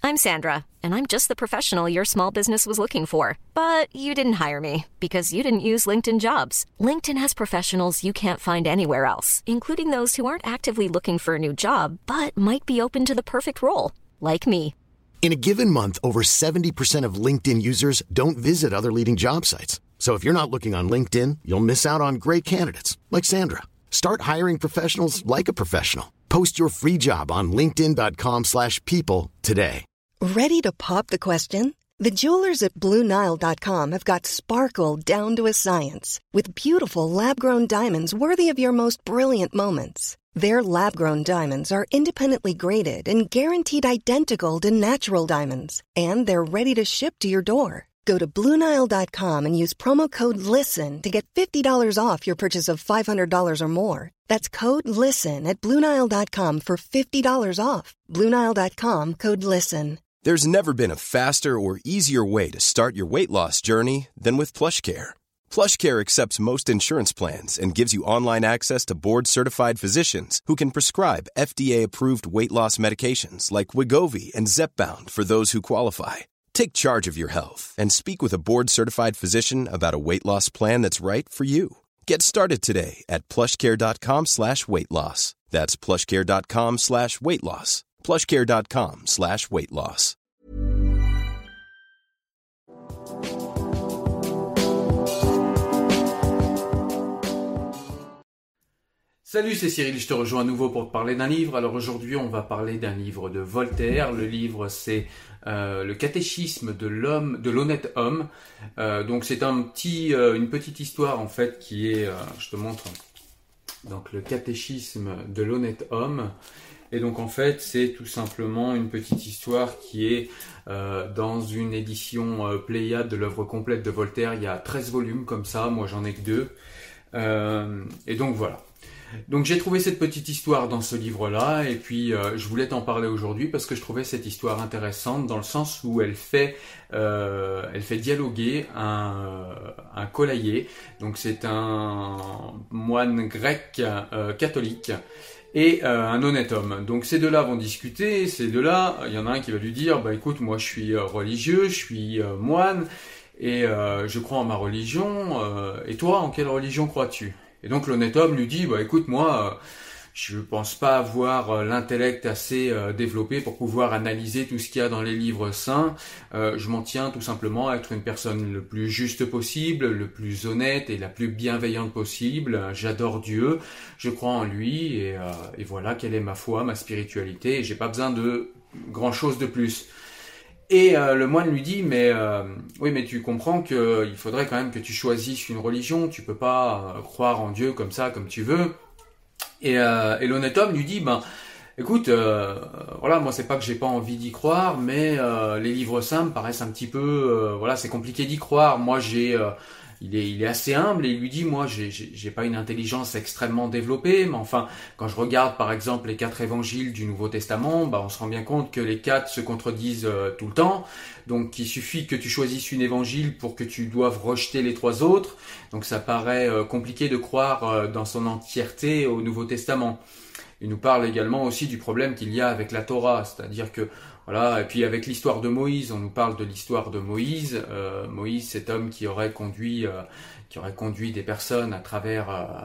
I'm Sandra, and I'm just the professional your small business was looking for. But you didn't hire me because you didn't use LinkedIn Jobs. LinkedIn has professionals you can't find anywhere else, including those who aren't actively looking for a new job, but might be open to the perfect role, like me. In a given month, over 70% of LinkedIn users don't visit other leading job sites. So if you're not looking on LinkedIn, you'll miss out on great candidates like Sandra. Start hiring professionals like a professional. Post your free job on linkedin.com/people today. Ready to pop the question? The jewelers at BlueNile.com have got sparkle down to a science with beautiful lab-grown diamonds worthy of your most brilliant moments. Their lab-grown diamonds are independently graded and guaranteed identical to natural diamonds, and they're ready to ship to your door. Go to BlueNile.com and use promo code LISTEN to get $50 off your purchase of $500 or more. That's code LISTEN at BlueNile.com for $50 off. BlueNile.com, code LISTEN. There's never been a faster or easier way to start your weight loss journey than with PlushCare. PlushCare accepts most insurance plans and gives you online access to board-certified physicians who can prescribe FDA-approved weight loss medications like Wegovy and Zepbound for those who qualify. Take charge of your health and speak with a board-certified physician about a weight loss plan that's right for you. Get started today at plushcare.com/weight loss. That's plushcare.com/weight loss. plushcare.com/weight loss. Salut, c'est Cyril, je te rejoins à nouveau pour te parler d'un livre. Alors aujourd'hui, on va parler d'un livre de Voltaire. Le livre, c'est le catéchisme de l'honnête homme. Donc c'est une petite histoire en fait qui est, je te montre, donc le catéchisme de l'honnête homme. Et donc en fait, c'est tout simplement une petite histoire qui est dans une édition Pléiade de l'œuvre complète de Voltaire. Il y a 13 volumes comme ça, moi j'en ai que 2. Et donc voilà. Donc j'ai trouvé cette petite histoire dans ce livre-là et puis je voulais t'en parler aujourd'hui parce que je trouvais cette histoire intéressante dans le sens où elle fait dialoguer un collaïer. Donc c'est un moine grec catholique et un honnête homme. Donc ces deux-là vont discuter, ces deux-là, il y en a un qui va lui dire « écoute, moi je suis religieux, je suis moine et je crois en ma religion, et toi, en quelle religion crois-tu » Et donc l'honnête homme lui dit écoute, moi je pense pas avoir l'intellect assez développé pour pouvoir analyser tout ce qu'il y a dans les livres saints. Je m'en tiens tout simplement à être une personne le plus juste possible, le plus honnête et la plus bienveillante possible. J'adore Dieu, je crois en lui et voilà quelle est ma foi, ma spiritualité. Et j'ai pas besoin de grand chose de plus. Et le moine lui dit oui, mais tu comprends que il faudrait quand même que tu choisisses une religion, tu peux pas croire en Dieu comme ça, comme tu veux. Et l'honnête homme lui dit écoute, voilà, moi c'est pas que j'ai pas envie d'y croire, mais les livres saints me paraissent un petit peu c'est compliqué d'y croire. Moi il est assez humble et il lui dit moi j'ai pas une intelligence extrêmement développée, mais enfin quand je regarde par exemple les 4 évangiles du Nouveau Testament, on se rend bien compte que les 4 se contredisent tout le temps. Donc il suffit que tu choisisses une évangile pour que tu doives rejeter les 3 autres. Donc ça paraît compliqué de croire dans son entièreté au Nouveau Testament. Il nous parle également aussi du problème qu'il y a avec la Torah, c'est-à-dire que voilà, et puis avec l'histoire de Moïse, on nous parle de l'histoire de Moïse. Moïse, cet homme qui aurait conduit des personnes à travers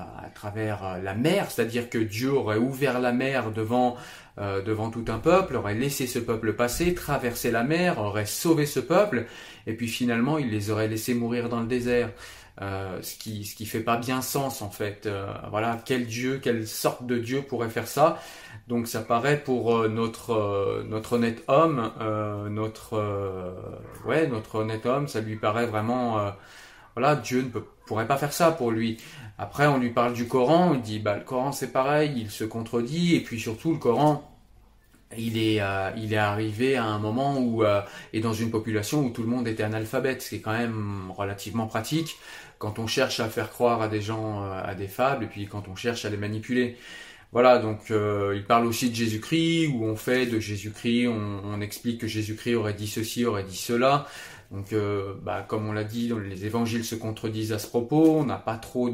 la mer, c'est-à-dire que Dieu aurait ouvert la mer devant tout un peuple, aurait laissé ce peuple passer, traverser la mer, aurait sauvé ce peuple, et puis finalement il les aurait laissés mourir dans le désert. Ce qui fait pas bien sens en fait. Voilà, quelle sorte de Dieu pourrait faire ça? Donc ça paraît pour notre honnête homme, notre honnête homme, ça lui paraît vraiment Dieu ne pourrait pas faire ça pour lui. Après on lui parle du Coran, il dit le Coran c'est pareil, il se contredit, et puis surtout le Coran il est arrivé à un moment où et dans une population où tout le monde était analphabète, ce qui est quand même relativement pratique quand on cherche à faire croire à des gens à des fables et puis quand on cherche à les manipuler. Voilà, donc il parle aussi de Jésus-Christ, où on fait de Jésus-Christ, on explique que Jésus-Christ aurait dit ceci, aurait dit cela. Donc comme on l'a dit, les évangiles se contredisent à ce propos, on n'a pas trop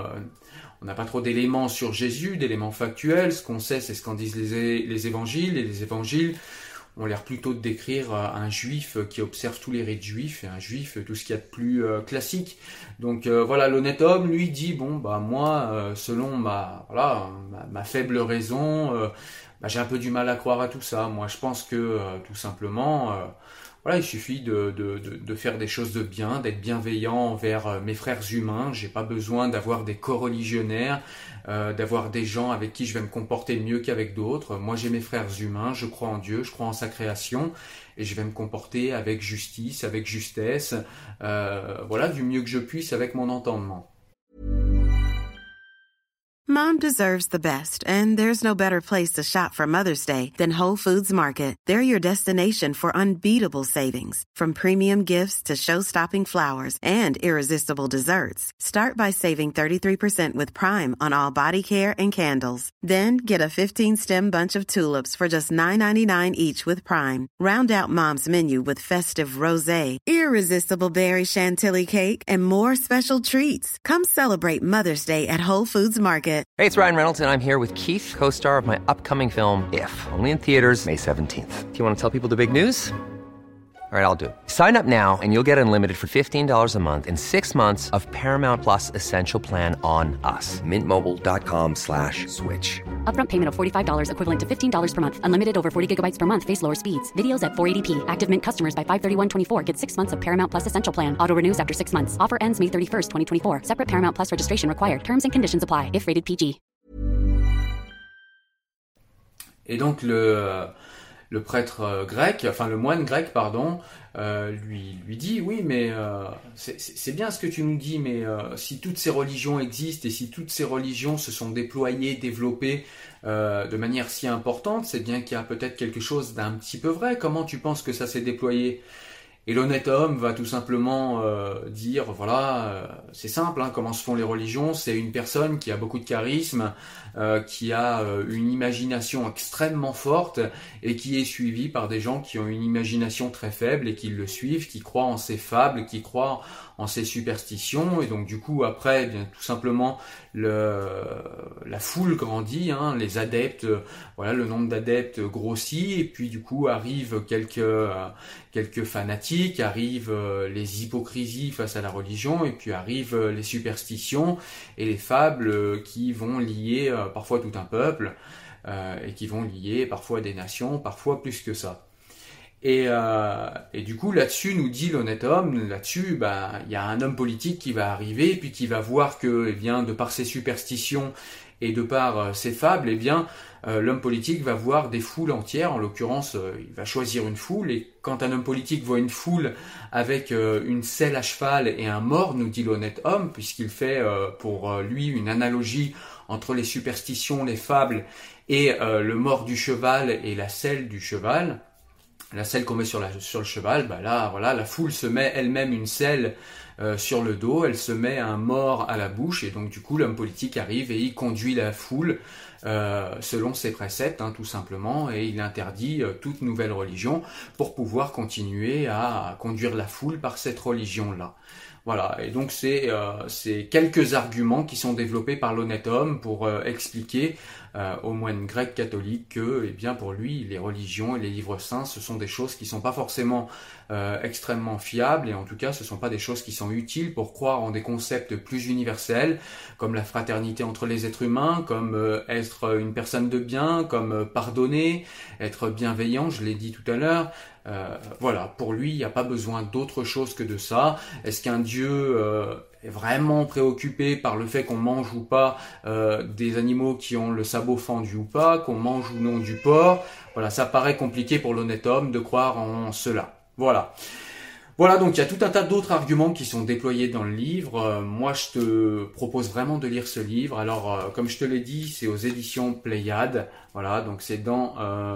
d'éléments sur Jésus, d'éléments factuels. Ce qu'on sait, c'est ce qu'en disent les évangiles, et les évangiles, ont l'air plutôt de décrire un juif qui observe tous les rites juifs, et un juif tout ce qu'il y a de plus classique. Donc voilà, l'honnête homme lui dit moi selon ma faible raison, j'ai un peu du mal à croire à tout ça. Moi je pense que tout simplement il suffit de faire des choses de bien, d'être bienveillant envers mes frères humains. J'ai pas besoin d'avoir des coreligionnaires, d'avoir des gens avec qui je vais me comporter mieux qu'avec d'autres. Moi, j'ai mes frères humains, je crois en Dieu, je crois en sa création, et je vais me comporter avec justice, avec justesse, du mieux que je puisse avec mon entendement. Mom deserves the best, and there's no better place to shop for Mother's Day than Whole Foods Market. They're your destination for unbeatable savings, from premium gifts to show-stopping flowers and irresistible desserts. Start by saving 33% with Prime on all body care and candles. Then get a 15-stem bunch of tulips for just $9.99 each with Prime. Round out Mom's menu with festive rosé, irresistible berry chantilly cake, and more special treats. Come celebrate Mother's Day at Whole Foods Market. Hey, it's Ryan Reynolds, and I'm here with Keith, co-star of my upcoming film, If, only in theaters May 17th. Do you want to tell people the big news? All right, I'll do it. Sign up now and you'll get unlimited for $15 a month and 6 months of Paramount Plus Essential Plan on us. MintMobile.com/switch. Upfront payment of $45 equivalent to $15 per month. Unlimited over 40 gigabytes per month. Face lower speeds. Videos at 480p. Active Mint customers by 531.24 get 6 months of Paramount Plus Essential Plan. Auto renews after 6 months. Offer ends May 31st, 2024. Separate Paramount Plus registration required. Terms and conditions apply if rated PG. Et donc le prêtre grec, enfin le moine grec, pardon, lui dit oui, mais c'est bien ce que tu nous dis, mais si toutes ces religions existent et si toutes ces religions se sont déployées, développées de manière si importante, c'est bien qu'il y a peut-être quelque chose d'un petit peu vrai. Comment tu penses que ça s'est déployé ? Et l'honnête homme va tout simplement dire, c'est simple, comment se font les religions. C'est une personne qui a beaucoup de charisme, qui a une imagination extrêmement forte et qui est suivie par des gens qui ont une imagination très faible et qui le suivent, qui croient en ses fables, qui croient en ses superstitions. Et donc du coup, après, tout simplement, la foule grandit, les adeptes, le nombre d'adeptes grossit, et puis du coup arrivent quelques fanatiques, arrivent les hypocrisies face à la religion, et puis arrivent les superstitions et les fables qui vont lier parfois tout un peuple, et qui vont lier parfois des nations, parfois plus que ça. Et du coup, là-dessus, nous dit l'honnête homme, il y a un homme politique qui va arriver, puis qui va voir que, de par ses superstitions et de par ses fables, l'homme politique va voir des foules entières. En l'occurrence, il va choisir une foule, et quand un homme politique voit une foule avec une selle à cheval et un mors, nous dit l'honnête homme, puisqu'il fait pour lui une analogie entre les superstitions, les fables, et le mors du cheval et la selle du cheval. La selle qu'on met sur le cheval, la foule se met elle-même une selle sur le dos, elle se met un mors à la bouche, et donc du coup l'homme politique arrive et il conduit la foule selon ses préceptes, tout simplement, et il interdit toute nouvelle religion pour pouvoir continuer à conduire la foule par cette religion-là. Voilà, et donc c'est quelques arguments qui sont développés par l'honnête homme pour expliquer au moine grec catholique que, pour lui, les religions et les livres saints, ce sont des choses qui sont pas forcément extrêmement fiables, et en tout cas, ce sont pas des choses qui sont utiles pour croire en des concepts plus universels, comme la fraternité entre les êtres humains, comme être une personne de bien, comme pardonner, être bienveillant, je l'ai dit tout à l'heure. Pour lui, il n'y a pas besoin d'autre chose que de ça. Est-ce qu'un Dieu est vraiment préoccupé par le fait qu'on mange ou pas des animaux qui ont le sabot fendu ou pas, qu'on mange ou non du porc? Ça paraît compliqué pour l'honnête homme de croire en cela. Voilà, donc il y a tout un tas d'autres arguments qui sont déployés dans le livre. Moi, je te propose vraiment de lire ce livre. Alors, comme je te l'ai dit, c'est aux éditions Pléiade. Voilà, donc c'est dans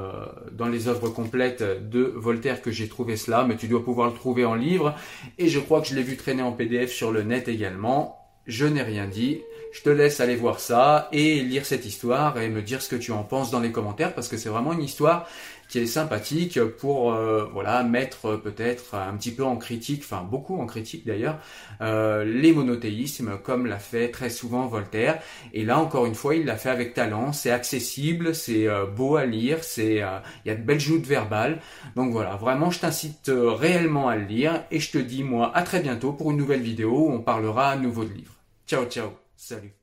les œuvres complètes de Voltaire que j'ai trouvé cela, mais tu dois pouvoir le trouver en livre. Et je crois que je l'ai vu traîner en PDF sur le net également. Je n'ai rien dit. Je te laisse aller voir ça et lire cette histoire et me dire ce que tu en penses dans les commentaires, parce que c'est vraiment une histoire qui est sympathique pour mettre peut-être un petit peu en critique, enfin beaucoup en critique d'ailleurs, les monothéismes comme l'a fait très souvent Voltaire. Et là encore une fois il l'a fait avec talent, c'est accessible, c'est beau à lire, il y a de belles joutes verbales. Donc voilà, vraiment je t'incite réellement à le lire et je te dis moi à très bientôt pour une nouvelle vidéo où on parlera à nouveau de livres. Ciao ciao, salut.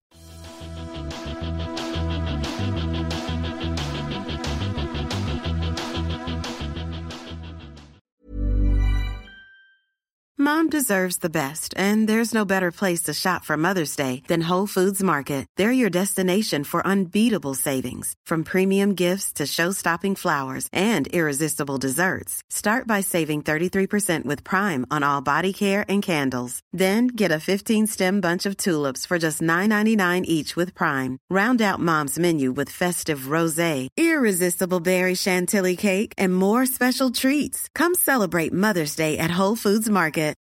Mom deserves the best, and there's no better place to shop for Mother's Day than Whole Foods Market. They're your destination for unbeatable savings, from premium gifts to show-stopping flowers and irresistible desserts. Start by saving 33% with Prime on all body care and candles. Then get a 15-stem bunch of tulips for just $9.99 each with Prime. Round out Mom's menu with festive rosé, irresistible berry chantilly cake, and more special treats. Come celebrate Mother's Day at Whole Foods Market.